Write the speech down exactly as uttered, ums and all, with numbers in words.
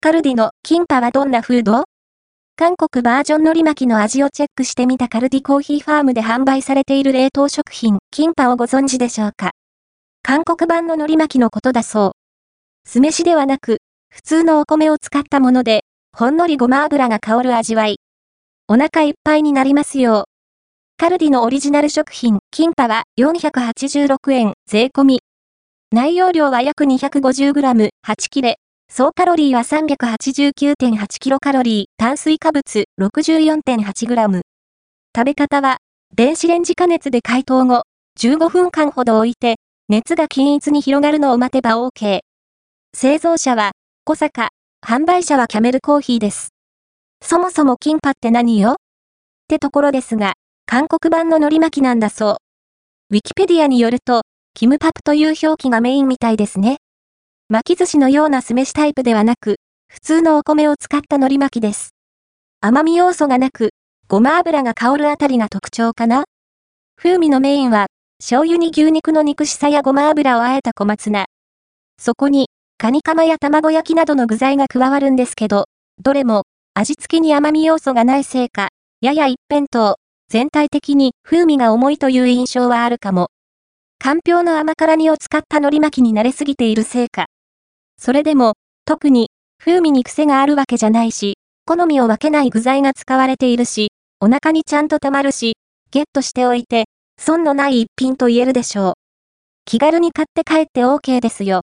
カルディのキンパはどんな風土？韓国バージョン海苔巻きの味をチェックしてみたカルディコーヒーファームで販売されている冷凍食品、キンパをご存知でしょうか？韓国版の海苔巻きのことだそう。酢飯ではなく、普通のお米を使ったもので、ほんのりごま油が香る味わい。お腹いっぱいになりますよ。カルディのオリジナル食品、キンパはよんひゃくはちじゅうろくえん、税込み。内容量は約 にひゃくごじゅうグラム、はち切れ。総カロリーは さんびゃくはちじゅうきゅうてんはちキロカロリー、炭水化物 ろくじゅうよんてんはちグラム。食べ方は、電子レンジ加熱で解凍後、じゅうごふんかんほど置いて、熱が均一に広がるのを待てば OK。製造者は、小坂、販売者はキャメルコーヒーです。そもそもキンパって何よ？ってところですが、韓国版の海苔巻きなんだそう。ウィキペディアによると、キムパプという表記がメインみたいですね。巻き寿司のような酢飯タイプではなく、普通のお米を使った海苔巻きです。甘み要素がなく、ごま油が香るあたりが特徴かな？風味のメインは、醤油に牛肉の肉しさやごま油をあえた小松菜。そこに、カニカマや卵焼きなどの具材が加わるんですけど、どれも、味付けに甘み要素がないせいか、やや一辺倒、全体的に風味が重いという印象はあるかも。かんぴょうの甘辛煮を使った海苔巻きに慣れすぎているせいか。それでも、特に、風味に癖があるわけじゃないし、好みを分けない具材が使われているし、お腹にちゃんと溜まるし、ゲットしておいて、損のない一品と言えるでしょう。気軽に買って帰って OK ですよ。